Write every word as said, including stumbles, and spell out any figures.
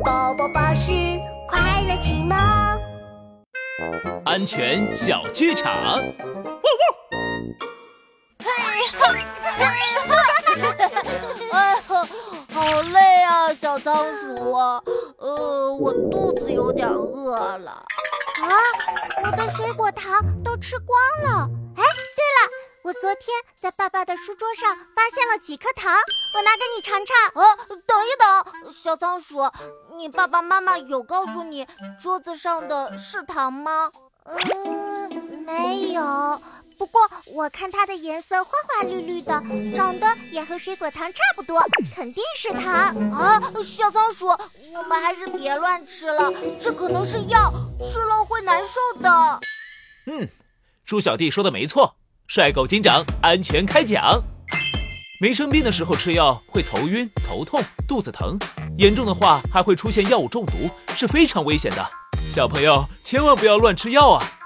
宝宝巴士快乐启蒙。 安全小剧场。汪汪！ 哎呀，好累啊，小仓鼠。呃，我肚子有点饿了。 啊，我的水果糖都吃光了。哎，对了，我昨天在爸爸的书桌上发现了几颗糖，我拿给你尝尝。 啊，等一等，小仓鼠，你爸爸妈妈有告诉你桌子上的是糖吗？ 嗯，没有。不过我看它的颜色花花绿绿的，长得也和水果糖差不多，肯定是糖啊！小仓鼠，我们还是别乱吃了，这可能是药，吃了会难受的。 嗯，猪小弟说的没错，帅狗警长安全开讲。没生病的时候吃药会头晕、头痛、肚子疼，严重的话还会出现药物中毒，是非常危险的。小朋友千万不要乱吃药啊！